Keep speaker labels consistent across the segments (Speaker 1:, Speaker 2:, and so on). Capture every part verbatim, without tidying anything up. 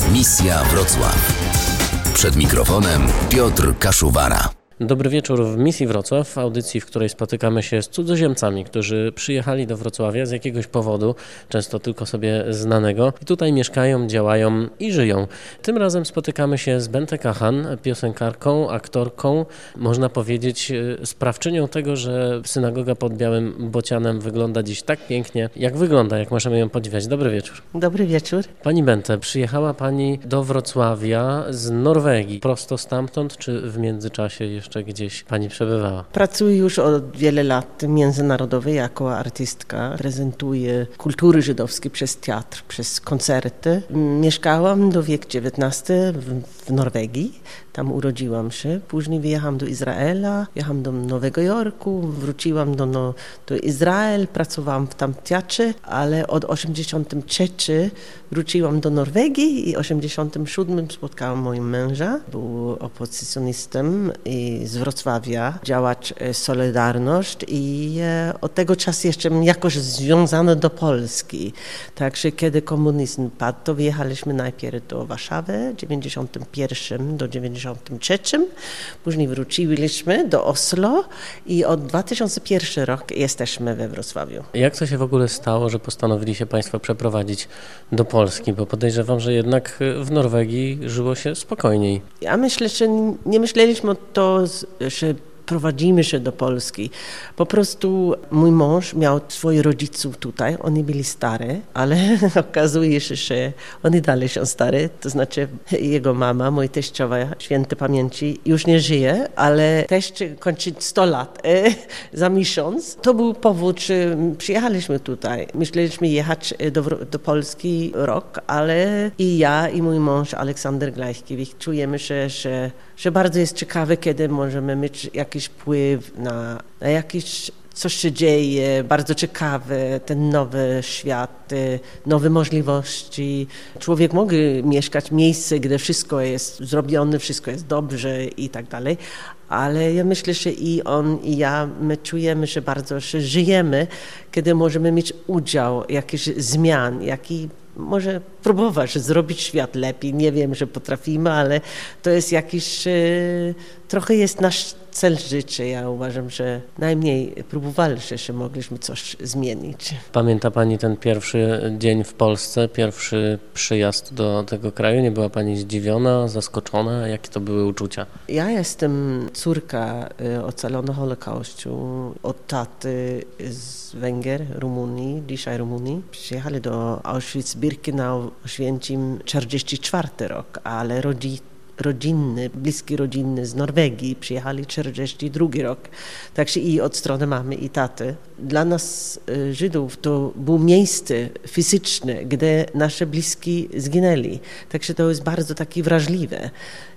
Speaker 1: Misja Wrocław. Przed mikrofonem Piotr Kaszuwara.
Speaker 2: Dobry wieczór w Misji Wrocław, w audycji, w której spotykamy się z cudzoziemcami, którzy przyjechali do Wrocławia z jakiegoś powodu, często tylko sobie znanego, i tutaj mieszkają, działają i żyją. Tym razem spotykamy się z Bente Kahan, piosenkarką, aktorką, można powiedzieć sprawczynią tego, że synagoga pod Białym Bocianem wygląda dziś tak pięknie, jak wygląda, jak możemy ją podziwiać. Dobry wieczór.
Speaker 3: Dobry wieczór.
Speaker 2: Pani Bente, przyjechała Pani do Wrocławia z Norwegii, prosto stamtąd, czy w międzyczasie jeszcze Jeszcze gdzieś Pani przebywała?
Speaker 3: Pracuję już od wiele lat międzynarodowej jako artystka. Prezentuję kultury żydowskie przez teatr, przez koncerty. Mieszkałam do wieku dziewiętnastego w, w Norwegii. Tam urodziłam się. Później wyjechałam do Izraela, jechałam do Nowego Jorku, wróciłam do, no, do Izrael, pracowałam w tam teatrze, ale od osiemdziesiątego trzeciego wróciłam do Norwegii i w osiemdziesiątym siódmym spotkałam mojego męża. Był opozycjonistą z Wrocławia, działacz Solidarność i od tego czasu jeszcze jakoś związany do Polski. Także kiedy komunizm padł, to wyjechaliśmy najpierw do Warszawy w dziewięćdziesiątym pierwszym do dziewięćdziesiątym trzecim. Później wróciliśmy do Oslo i od dwa tysiące pierwszego roku jesteśmy we Wrocławiu.
Speaker 2: Jak to się w ogóle stało, że postanowili się Państwo przeprowadzić do Polski? Bo podejrzewam, że jednak w Norwegii żyło się spokojniej.
Speaker 3: Ja myślę, że nie myśleliśmy o to, że prowadzimy się do Polski. Po prostu mój mąż miał swoich rodziców tutaj, oni byli stary, ale okazuje się, że oni dalej są stary, to znaczy jego mama, mój teściowa, świętej pamięci, już nie żyje, ale teść kończy sto lat e, za miesiąc. To był powód, że przyjechaliśmy tutaj. Myśleliśmy jechać do, do Polski rok, ale i ja, i mój mąż Aleksander Glajkiewicz czujemy się, że, że bardzo jest ciekawe, kiedy możemy mieć jakiś wpływ na, na jakieś, coś się dzieje, bardzo ciekawe, ten nowy świat, nowe możliwości. Człowiek może mieszkać w miejscu, gdzie wszystko jest zrobione, wszystko jest dobrze i tak dalej, ale ja myślę, że i on, i ja, my czujemy, że bardzo że żyjemy, kiedy możemy mieć udział w jakichś zmian, jaki może próbować zrobić świat lepiej. Nie wiem, że potrafimy, ale to jest jakiś, e, trochę jest nasz cel życia. Ja uważam, że najmniej próbowaliśmy, że mogliśmy coś zmienić.
Speaker 2: Pamięta Pani ten pierwszy dzień w Polsce, pierwszy przyjazd do tego kraju? Nie była Pani zdziwiona, zaskoczona? Jakie to były uczucia?
Speaker 3: Ja jestem córka ocalonego Holokaustu od taty z Węgier, Rumunii, dzisiaj Rumunii. Przyjechali do Auschwitz-Birkenau, Oświęcim czterdziesty czwarty rok, ale rodzice rodzinny, bliski rodzinny z Norwegii przyjechali czterdziesty drugi rok. Także i od strony mamy i taty. Dla nas Żydów to było miejsce fizyczne, gdzie nasze bliski zginęli. Także to jest bardzo takie wrażliwe,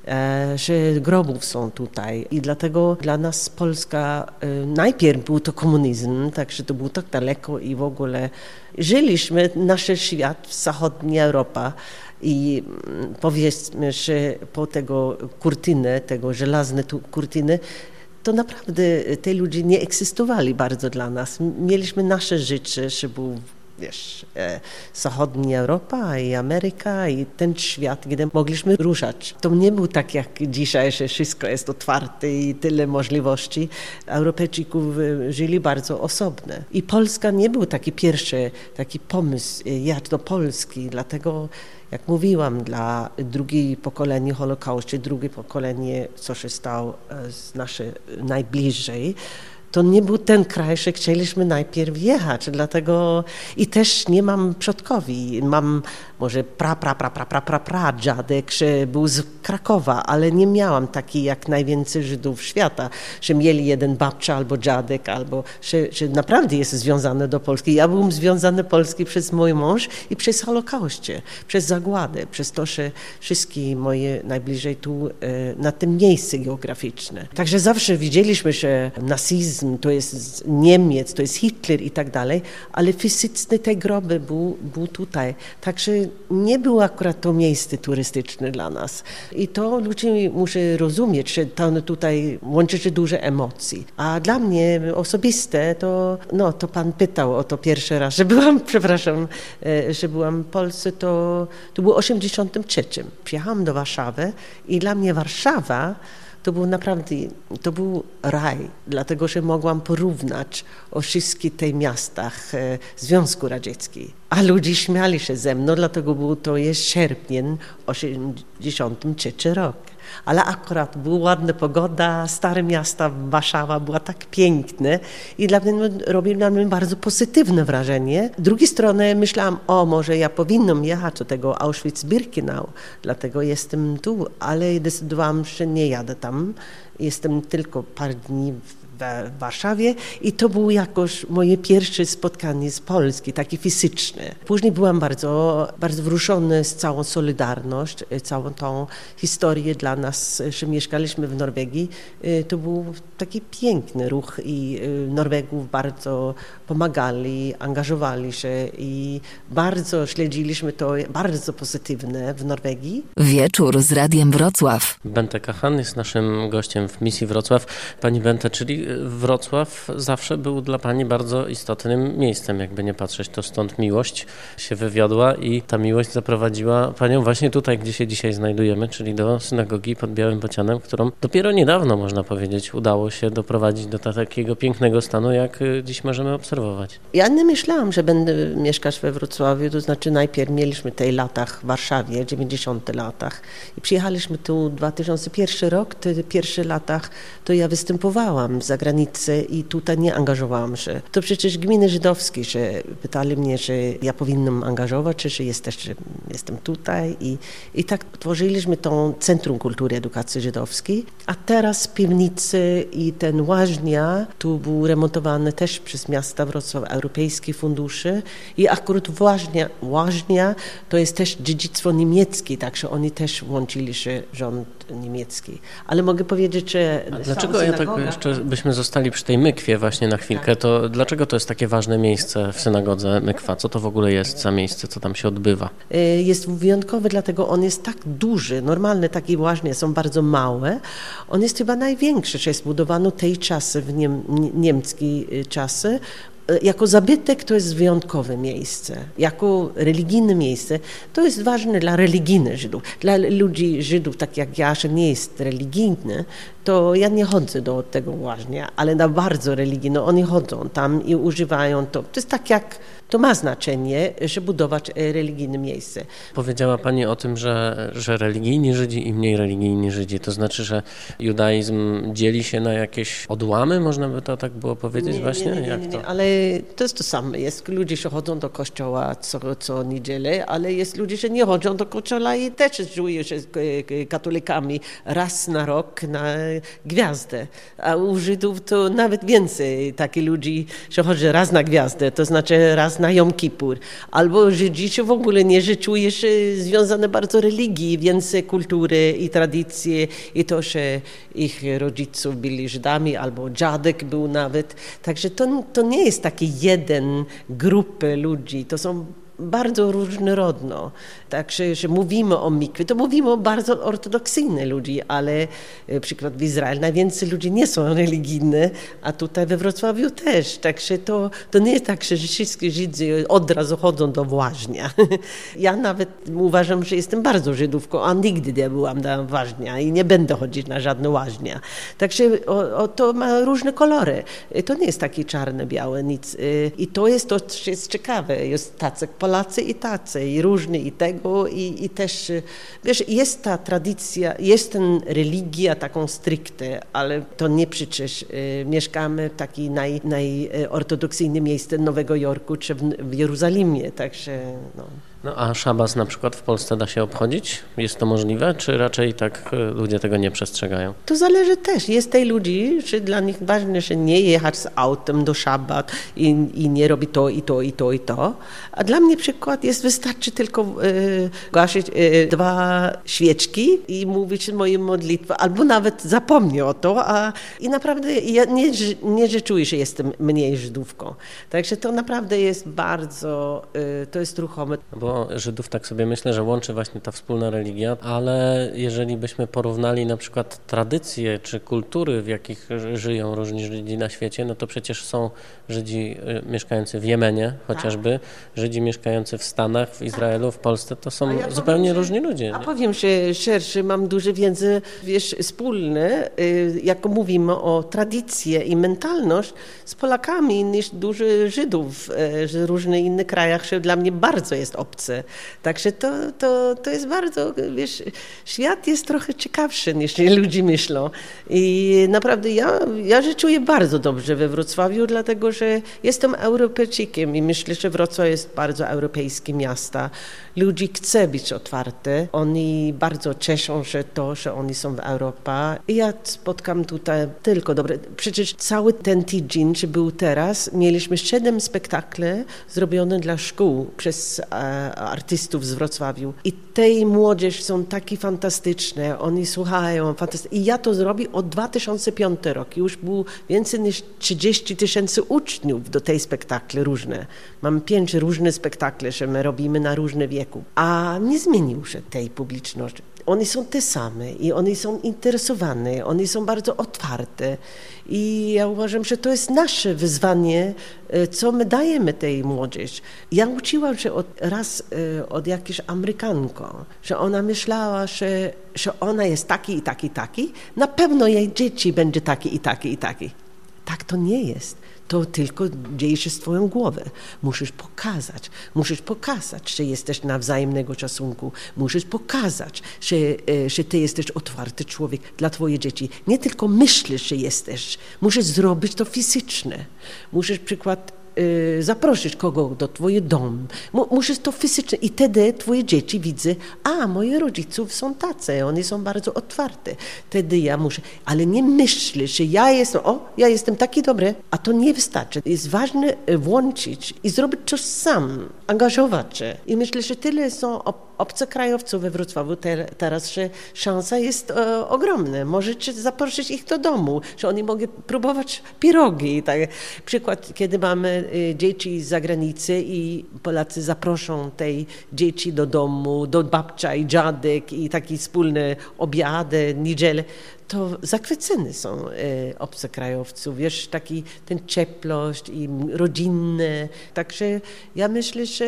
Speaker 3: że grobów są tutaj i dlatego dla nas Polska najpierw był to komunizm, także to było tak daleko i w ogóle żyliśmy nasz świat, zachodnia Europa. I powiedzmy, że po tego kurtyny, tego żelaznej kurtyny, to naprawdę te ludzie nie egzystowali bardzo dla nas. Mieliśmy nasze życie, że był, wiesz, e, zachodnia Europa i Ameryka i ten świat, gdzie mogliśmy ruszać. To nie był tak jak dzisiaj, że wszystko jest otwarte i tyle możliwości. Europejczyków żyli bardzo osobne. I Polska nie był taki pierwszy taki pomysł, jadź do Polski, dlatego jak mówiłam, dla drugiej pokolenia Holokaustu, drugie pokolenie, co się stało z naszej najbliżej, to nie był ten kraj, że chcieliśmy najpierw jechać, dlatego i też nie mam przodkowi. Mam może pra, pra, pra, pra, pra, pra, pra dziadek, że był z Krakowa, ale nie miałam takiej jak najwięcej Żydów świata, że mieli jeden babcia albo dziadek, albo że, że naprawdę jest związany do Polski. Ja byłam związany do Polski przez mój mąż i przez Holokauście, przez zagładę, przez to, że wszystkie moje najbliżej tu na tym miejscu geograficzne. Także zawsze widzieliśmy, że nazizm to jest Niemiec, to jest Hitler i tak dalej, ale fizyczne te groby był, był tutaj. Także nie było akurat to miejsce turystyczne dla nas. I to ludzie muszą rozumieć, że tam tutaj łączy się dużo emocji. A dla mnie osobiste to, no to pan pytał o to pierwszy raz, że byłam, przepraszam, że byłam w Polsce, to, to było w osiemdziesiątym trzecim. Przyjechałam do Warszawy i dla mnie Warszawa to był naprawdę, to był raj, dlatego że mogłam porównać o wszystkich tych miastach e, Związku Radzieckiego. A ludzie śmiali się ze mną, dlatego był to jest sierpień osiemdziesiąty trzeci rok. Ale akurat była ładna pogoda, stare miasta, Warszawa była tak piękne i dla mnie robił na mnie bardzo pozytywne wrażenie. Z drugiej strony myślałam, o może ja powinnam jechać do tego Auschwitz-Birkenau, dlatego jestem tu, ale zdecydowałam, że nie jadę tam. Jestem tylko parę dni w w Warszawie i to było jakoś moje pierwsze spotkanie z Polski, takie fizyczne. Później byłam bardzo, bardzo wzruszona z całą solidarność, całą tą historię dla nas, że mieszkaliśmy w Norwegii. To był taki piękny ruch i Norwegów bardzo pomagali, angażowali się i bardzo śledziliśmy to, bardzo pozytywne w Norwegii.
Speaker 4: Wieczór z Radiem Wrocław.
Speaker 2: Bente Kachan jest naszym gościem w misji Wrocław. Pani Bente, czyli Wrocław zawsze był dla pani bardzo istotnym miejscem, jakby nie patrzeć, to stąd miłość się wywiodła i ta miłość zaprowadziła panią właśnie tutaj, gdzie się dzisiaj znajdujemy, czyli do synagogi pod Białym Bocianem, którą dopiero niedawno, można powiedzieć, udało się doprowadzić do takiego pięknego stanu, jak dziś możemy obserwować.
Speaker 3: Ja nie myślałam, że będę mieszkać we Wrocławiu, to znaczy najpierw mieliśmy w tych latach w Warszawie, dziewięćdziesiątych latach i przyjechaliśmy tu dwa tysiące pierwszy rok, w pierwszych latach to ja występowałam za granicę i tutaj nie angażowałam się. To przecież gminy żydowskie, że pytali mnie, że ja powinnam angażować, że, jesteś, że jestem tutaj i, i tak tworzyliśmy to Centrum Kultury Edukacji Żydowskiej, a teraz piwnicy i ten łaźnia tu był remontowany też przez miasta Wrocław, europejskie fundusze i akurat łaźnia, łaźnia to jest też dziedzictwo niemieckie, także oni też włączyli się rząd niemiecki. Ale mogę powiedzieć, że...
Speaker 2: A dlaczego ja tak jeszcze byśmy zostali przy tej mykwie właśnie na chwilkę, to dlaczego to jest takie ważne miejsce w synagodze Mykwa? Co to w ogóle jest za miejsce, co tam się odbywa?
Speaker 3: Jest wyjątkowy, dlatego on jest tak duży. Normalne takie łaźnie są bardzo małe. On jest chyba największy, że jest budowano tej czasy, w niem, niemieckie czasy. Jako zabytek to jest wyjątkowe miejsce. Jako religijne miejsce to jest ważne dla religijnych Żydów. Dla ludzi Żydów, tak jak ja, że nie jest religijny, to ja nie chodzę do tego łaźnia, ale na bardzo religijne oni chodzą tam i używają to. To jest tak jak, to ma znaczenie, że budować religijne miejsce.
Speaker 2: Powiedziała pani o tym, że, że religijni Żydzi i mniej religijni Żydzi. To znaczy, że judaizm dzieli się na jakieś odłamy, można by to tak było powiedzieć
Speaker 3: nie,
Speaker 2: właśnie?
Speaker 3: Nie, nie, nie,
Speaker 2: jak
Speaker 3: nie,
Speaker 2: to?
Speaker 3: nie, ale to jest to samo. Jest ludzie, że chodzą do kościoła co, co niedzielę, ale jest ludzie, że nie chodzą do kościoła i też żyją się katolikami raz na rok na gwiazdę. A u Żydów to nawet więcej takich ludzi, że chodzi raz na gwiazdę, to znaczy raz na Jom Kippur. Albo Żydzi się w ogóle nie, że czuje się związane bardzo religii, więcej kultury i tradycje i to, że ich rodziców byli Żydami albo dziadek był nawet. Także to, to nie jest taki jeden grupy ludzi, to są bardzo różnorodno. Także, że mówimy o mikwie, to mówimy o bardzo ortodoksyjnych ludzi, ale na przykład w Izraelu najwięcej ludzi nie są religijni, a tutaj we Wrocławiu też. Także to, to nie jest tak, że wszystkie Żydzi od razu chodzą do łaźnia. Ja nawet uważam, że jestem bardzo Żydówką, a nigdy nie byłam na łaźnia i nie będę chodzić na żadne łaźnia. Także o, o, to ma różne kolory. To nie jest takie czarne, białe, nic. I to jest to, co jest ciekawe. Jest tacy Polacy i tacy, i różni i tego, i, i też, wiesz, jest ta tradycja, jest ten religia taką stricte, ale to nie przecież. Y, mieszkamy w takim naj, najortodoksyjnym miejscu Nowego Jorku, czy w, w Jerozolimie, także no.
Speaker 2: No a szabas na przykład w Polsce da się obchodzić? Jest to możliwe, czy raczej tak ludzie tego nie przestrzegają?
Speaker 3: To zależy też. Jest tej ludzi, że dla nich ważne, że nie jechać z autem do szabat i, i nie robi to i to i to i to. A dla mnie przykład jest, wystarczy tylko y, gasić y, dwa świeczki i mówić moje modlitwy, albo nawet zapomnę o to, a i naprawdę ja nie, nie że czuję, że jestem mniej Żydówką. Także to naprawdę jest bardzo, y, to jest ruchome.
Speaker 2: Bo bo Żydów, tak sobie myślę, że łączy właśnie ta wspólna religia, ale jeżeli byśmy porównali na przykład tradycje czy kultury, w jakich żyją różni Żydzi na świecie, no to przecież są Żydzi mieszkający w Jemenie chociażby, Żydzi mieszkający w Stanach, w Izraelu, w Polsce, to są ja zupełnie powiem, różni ludzie.
Speaker 3: A
Speaker 2: nie?
Speaker 3: powiem, że szerszy, mam duże wiedzy, wiesz, wspólne, jak mówimy o tradycję i mentalność z Polakami niż dużo Żydów z różnych innych krajach, że dla mnie bardzo jest obce. Także to, to, to jest bardzo, wiesz, świat jest trochę ciekawszy niż ludzie myślą. I naprawdę ja, ja się czuję bardzo dobrze we Wrocławiu, dlatego że jestem Europejczykiem i myślę, że Wrocław jest bardzo europejskie miasto. Ludzi chce być otwarte. Oni bardzo cieszą się to, że oni są w Europie. I ja spotkam tutaj tylko dobre. Przecież cały ten tydzień, czy był teraz, mieliśmy siedem spektakli zrobione dla szkół przez e, artystów z Wrocławiu. I tej młodzież są takie fantastyczne. Oni słuchają fantastycznie. I ja to zrobię od dwa tysiące piątego roku. Już było więcej niż trzydzieści tysięcy uczniów do tej spektakli różne. Mam pięć różnych spektakli, że my robimy na różne wieku. A nie zmienił się tej publiczności. Oni są te same i oni są interesowani, oni są bardzo otwarte i ja uważam, że to jest nasze wyzwanie, co my dajemy tej młodzieży. Ja uczyłam się od, raz od jakiejś Amerykanką, że ona myślała, że, że ona jest taki i taki, taki, na pewno jej dzieci będzie taki i taki i taki. Tak to nie jest. To tylko dzieje się z twoją głową. Musisz pokazać, musisz pokazać, że jesteś na wzajemnego szacunku. Musisz pokazać, że, że ty jesteś otwarty człowiek dla twoje dzieci. Nie tylko myślisz, że jesteś. Musisz zrobić to fizyczne. Musisz przykład zaprosić kogo do twojego domu. Musisz to fizycznie i wtedy twoje dzieci widzą, a moi rodziców są tacy, oni są bardzo otwarte. Wtedy ja muszę, ale nie myślę, że ja jestem, o, ja jestem taki dobry, a to nie wystarczy. Jest ważne włączyć i zrobić coś sam, angażować się. I myślę, że tyle są obcokrajowców we Wrocławiu te, teraz, że szansa jest e, ogromna. Możecie zaprosić ich do domu, że oni mogą próbować pirogi. Tak. Przykład, kiedy mamy e, dzieci z zagranicy i Polacy zaproszą tej dzieci do domu, do babcia i dziadek i takie wspólne obiady, niedzielę, to zachwyceni są e, obcokrajowców, wiesz, taki ten ciepłość i rodzinne. Także ja myślę, że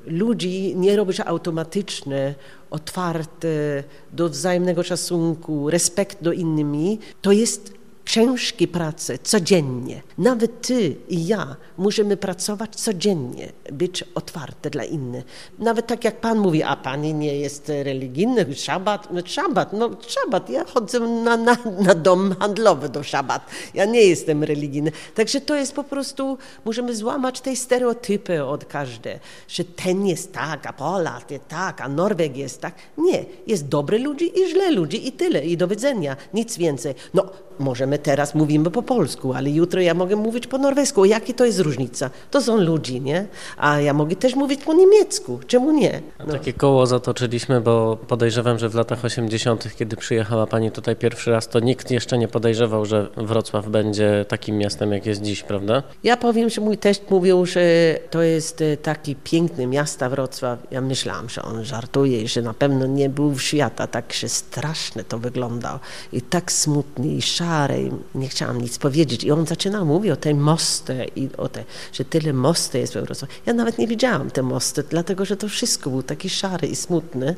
Speaker 3: ludzi nie robi się automatycznie otwarte do wzajemnego szacunku, respekt do innymi. To jest ciężkie prace codziennie. Nawet ty i ja musimy pracować codziennie, być otwarte dla innych. Nawet tak jak Pan mówi, a Pani nie jest religijny, szabat, no szabat, no szabat, ja chodzę na, na, na dom handlowy do szabat, ja nie jestem religijny. Także to jest po prostu, musimy złamać te stereotypy od każdego, że ten jest tak, a Polak jest tak, a Norweg jest tak. Nie, jest dobre ludzi i źle ludzi i tyle, i do widzenia, nic więcej. No, możemy teraz mówimy po polsku, ale jutro ja mogę mówić po norwesku. Jaki to jest różnica? To są ludzie, nie? A ja mogę też mówić po niemiecku. Czemu nie? No.
Speaker 2: Takie koło zatoczyliśmy, bo podejrzewam, że w latach osiemdziesiątych, kiedy przyjechała Pani tutaj pierwszy raz, to nikt jeszcze nie podejrzewał, że Wrocław będzie takim miastem, jak jest dziś, prawda?
Speaker 3: Ja powiem, że mój teść mówił, że to jest taki piękny miasto Wrocław. Ja myślałam, że on żartuje, że na pewno nie był w świata. Tak się strasznie to wyglądało. I tak smutny i szary. Nie chciałam nic powiedzieć. I on zaczynał mówić o tej mosty i o te, że tyle mosty jest we Wrocławiu. Ja nawet nie widziałam te mosty, dlatego że to wszystko było taki szary i smutny.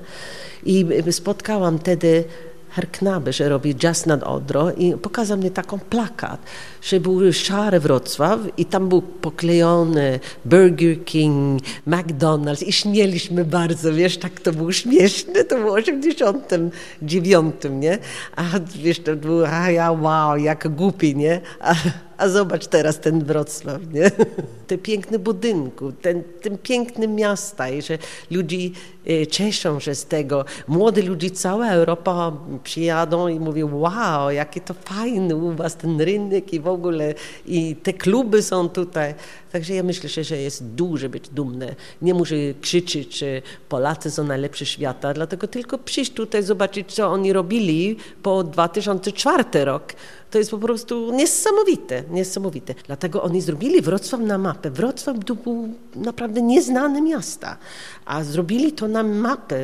Speaker 3: I spotkałam wtedy Herr Knabe, że robi Jazz nad Odrą i pokazał mi taką plakat, że był szary Wrocław i tam był poklejony Burger King, McDonald's i śmieliśmy bardzo, wiesz, tak to było śmieszne, to było w osiemdziesiątym dziewiątym, nie? A wiesz, to było, a ja wow, jak głupi, nie? A, a zobacz teraz ten Wrocław, nie? Te piękne budynki, ten, ten piękne miasta i że ludzie e, cieszą się z tego. Młodzi ludzie, cała Europa przyjadą i mówią, wow, jakie to fajne u was ten rynek i w ogóle i te kluby są tutaj. Także ja myślę, że jest duże być dumne. Nie muszę krzyczeć, że Polacy są najlepsi świata, dlatego tylko przyjść tutaj, zobaczyć, co oni robili po dwa tysiące czwartym rok. To jest po prostu niesamowite, niesamowite. Dlatego oni zrobili Wrocław na mapę. Wrocław to był naprawdę nieznane miasta, a zrobili to na mapę.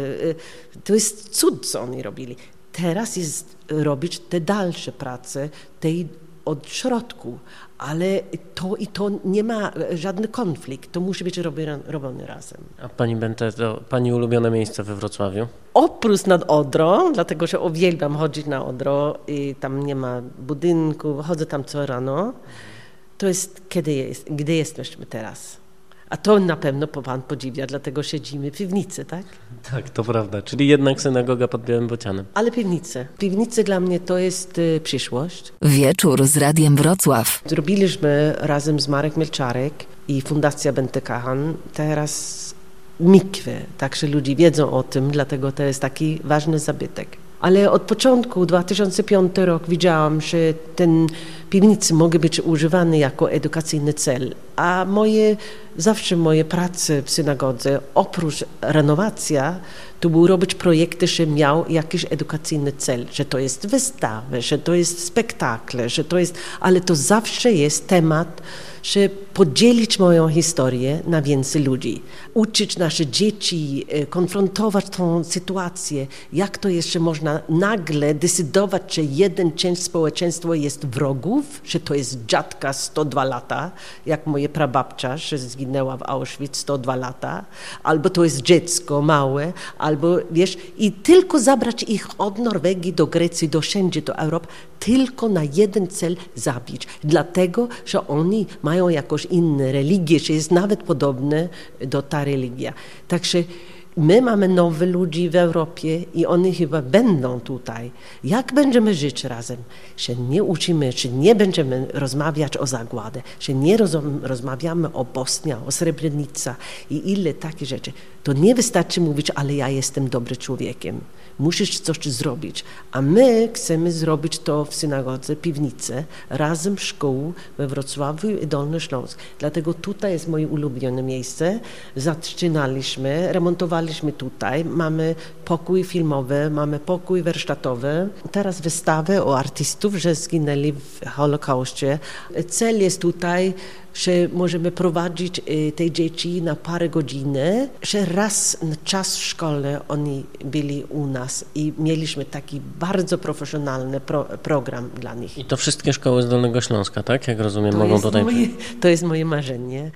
Speaker 3: To jest cud, co oni robili. Teraz jest robić te dalsze prace, tej od środku, ale to i to nie ma żadny konflikt, to musi być robione, robione razem.
Speaker 2: A pani Bente, to pani ulubione miejsce we Wrocławiu?
Speaker 3: Oprócz nad Odrą, dlatego że uwielbiam chodzić na Odro i tam nie ma budynku, chodzę tam co rano, to jest kiedy jest, gdy jesteśmy teraz. A to na pewno pan podziwia, dlatego siedzimy w piwnicy, tak?
Speaker 2: Tak, to prawda, czyli jednak synagoga pod Białym Bocianem.
Speaker 3: Ale piwnice. Piwnice dla mnie to jest y, przyszłość.
Speaker 4: Wieczór z Radiem Wrocław.
Speaker 3: Zrobiliśmy razem z Marek Milczarek i Fundacja Bente Kahan teraz mikwę, także ludzie wiedzą o tym, dlatego to jest taki ważny zabytek. Ale od początku dwa tysiące piąty rok widziałam, że ten piwnice mogą być używane jako edukacyjny cel, a moje, zawsze moje prace w synagodze, oprócz renowacja, to było robić projekty, że miał jakiś edukacyjny cel, że to jest wystawy, że to jest spektakle, że to jest, ale to zawsze jest temat, że podzielić moją historię na więcej ludzi, uczyć nasze dzieci, konfrontować tą sytuację, jak to jeszcze można nagle decydować, że jeden część społeczeństwa jest wrogów, że to jest dziadka sto dwa lata, jak moje prababcia, że zginęła w Auschwitz sto dwa lata, albo to jest dziecko małe, albo wiesz, i tylko zabrać ich od Norwegii do Grecji, do wszędzie, do Europy, tylko na jeden cel zabić. Dlatego, że oni mają jakąś inną religię, że jest nawet podobne do ta religia. Także my mamy nowe ludzi w Europie i oni chyba będą tutaj. Jak będziemy żyć razem? Że nie uczymy, że nie będziemy rozmawiać o zagładzie, że nie roz, rozmawiamy o Bosnia, o Srebrenica i ile takich rzeczy. To nie wystarczy mówić, ale ja jestem dobrym człowiekiem. Musisz coś zrobić. A my chcemy zrobić to w synagodze, piwnicy, razem z szkołą we Wrocławiu i Dolny Śląsk. Dlatego tutaj jest moje ulubione miejsce. Zaczynaliśmy, remontowaliśmy tutaj. Mamy pokój filmowy, mamy pokój warsztatowy. Teraz wystawę o artystów, że zginęli w Holokauście. Cel jest tutaj, że możemy prowadzić te dzieci na parę godzin, że raz na czas w szkole oni byli u nas i mieliśmy taki bardzo profesjonalny pro, program dla nich.
Speaker 2: I to wszystkie szkoły z Dolnego Śląska, tak? Jak rozumiem,
Speaker 3: to
Speaker 2: mogą tutaj...
Speaker 3: Moje, to jest moje marzenie.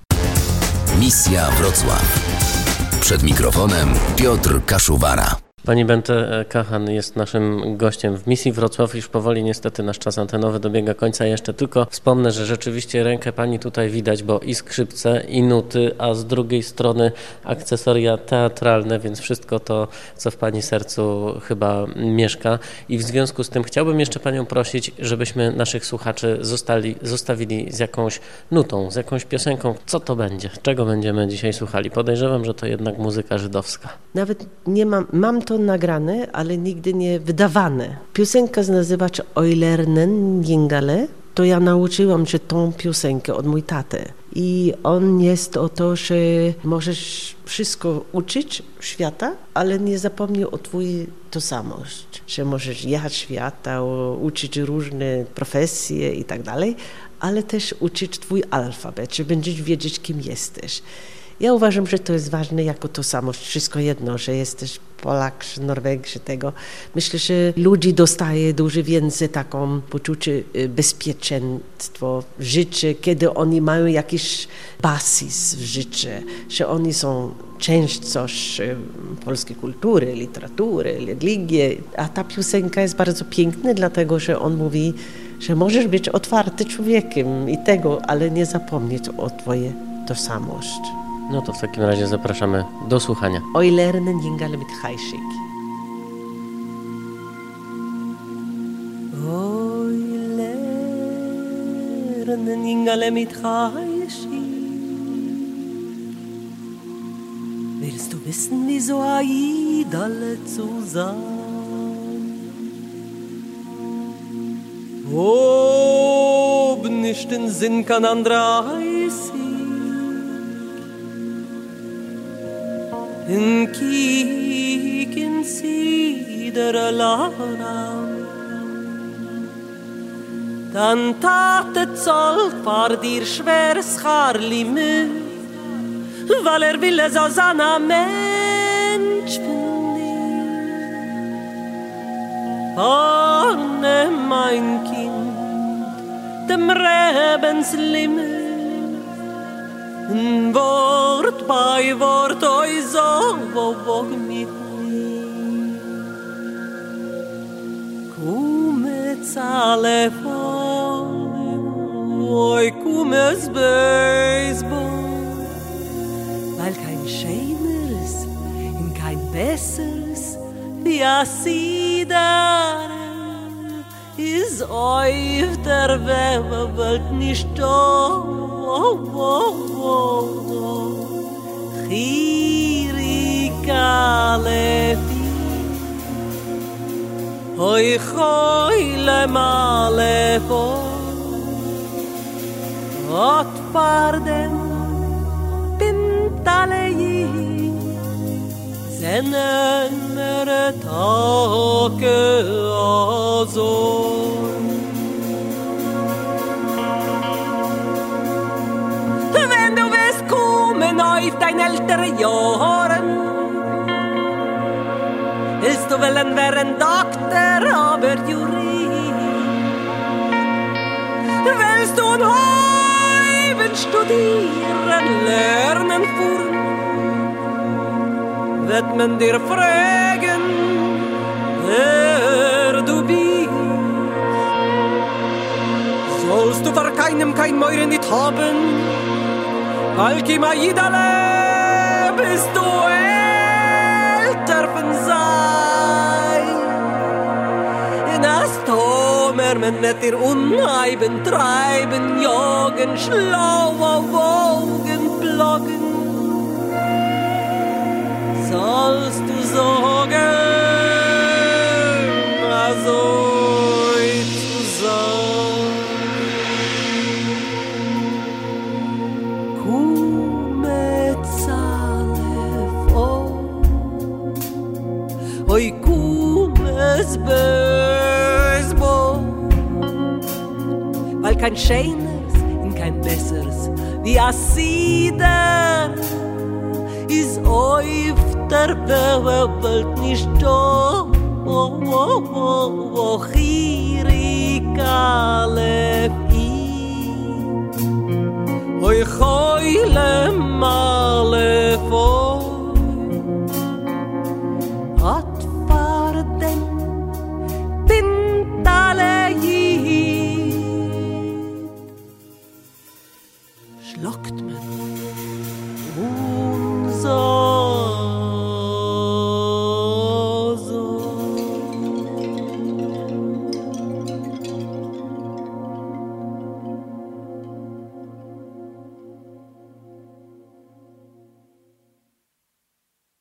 Speaker 1: Misja Wrocław. Przed mikrofonem Piotr Kaszuwara.
Speaker 2: Pani Bente Kahan jest naszym gościem w Misji Wrocław. Już powoli niestety nasz czas antenowy dobiega końca. Jeszcze tylko wspomnę, że rzeczywiście rękę pani tutaj widać, bo i skrzypce, i nuty, a z drugiej strony akcesoria teatralne, więc wszystko to, co w pani sercu chyba mieszka. I w związku z tym chciałbym jeszcze panią prosić, żebyśmy naszych słuchaczy zostali, zostawili z jakąś nutą, z jakąś piosenką. Co to będzie? Czego będziemy dzisiaj słuchali? Podejrzewam, że to jednak muzyka żydowska.
Speaker 3: Nawet nie mam, mam to nagrane, ale nigdy nie wydawane. Piosenka nazywa się Oj lernen jingale. To ja nauczyłam się tą piosenkę od mój taty. I on jest o to, że możesz wszystko uczyć świata, ale nie zapomnij o twojej tożsamość. Że możesz jechać świata, uczyć różne profesje i tak dalej, ale też uczyć twój alfabet, że będziesz wiedzieć, kim jesteś. Ja uważam, że to jest ważne jako tożsamość. Wszystko jedno, że jesteś Polak, czy Norweg, czy tego. Myślę, że ludzi dostaje dużo więcej taką poczucie bezpieczeństwa w życiu, kiedy oni mają jakiś basis w życiu, że oni są część coś polskiej kultury, literatury, religii. A ta piosenka jest bardzo piękna, dlatego że on mówi, że możesz być otwarty człowiekiem i tego, ale nie zapomnieć o twojej tożsamość.
Speaker 2: No to w takim razie zapraszamy do słuchania.
Speaker 3: Oj lernen jingale mit chajszyk. Oj lernen jingale mit chajszyk. Willst du wissen, wieso Aid alle zusammen? Ob nicht den Sinn kann andreißig in kiken sidere Lara
Speaker 5: dann Tate zahlt vor dir schweres Charlime, weil er will es als ein Mensch von dir. Vorne mein Kind, dem Rebenslimme, Wort bei Wort, oi so, wo wog mit mir. Kume zale vor, oi kume es beisbo, weil kein schöneres und kein besseres wie a Sider is auf der Welt nicht da. Oh, oh, oh, oh. Chirika lefi Hoi choi le malefo Ot pardem Pintalei Zenen mere take azor auf dein ältere Jahren willst du wollen werden Doktor, aber Jurist willst du ein Heuben studieren, lernen fuhren wird man dir fragen, wer du bist sollst du vor keinem kein Meuren nicht haben Alki Maidale, bist du älter von sein? In Astomer, man net dir unheiben, treiben, jagen, schlauer Wogen, bloggen. Sollst du sagen, also zu sein? Oi kumes besbo weil kein schönes und kein besseres wie a Sider is auf der Welt nicht da oh oh oh oh chirika lefi Oi choile malefo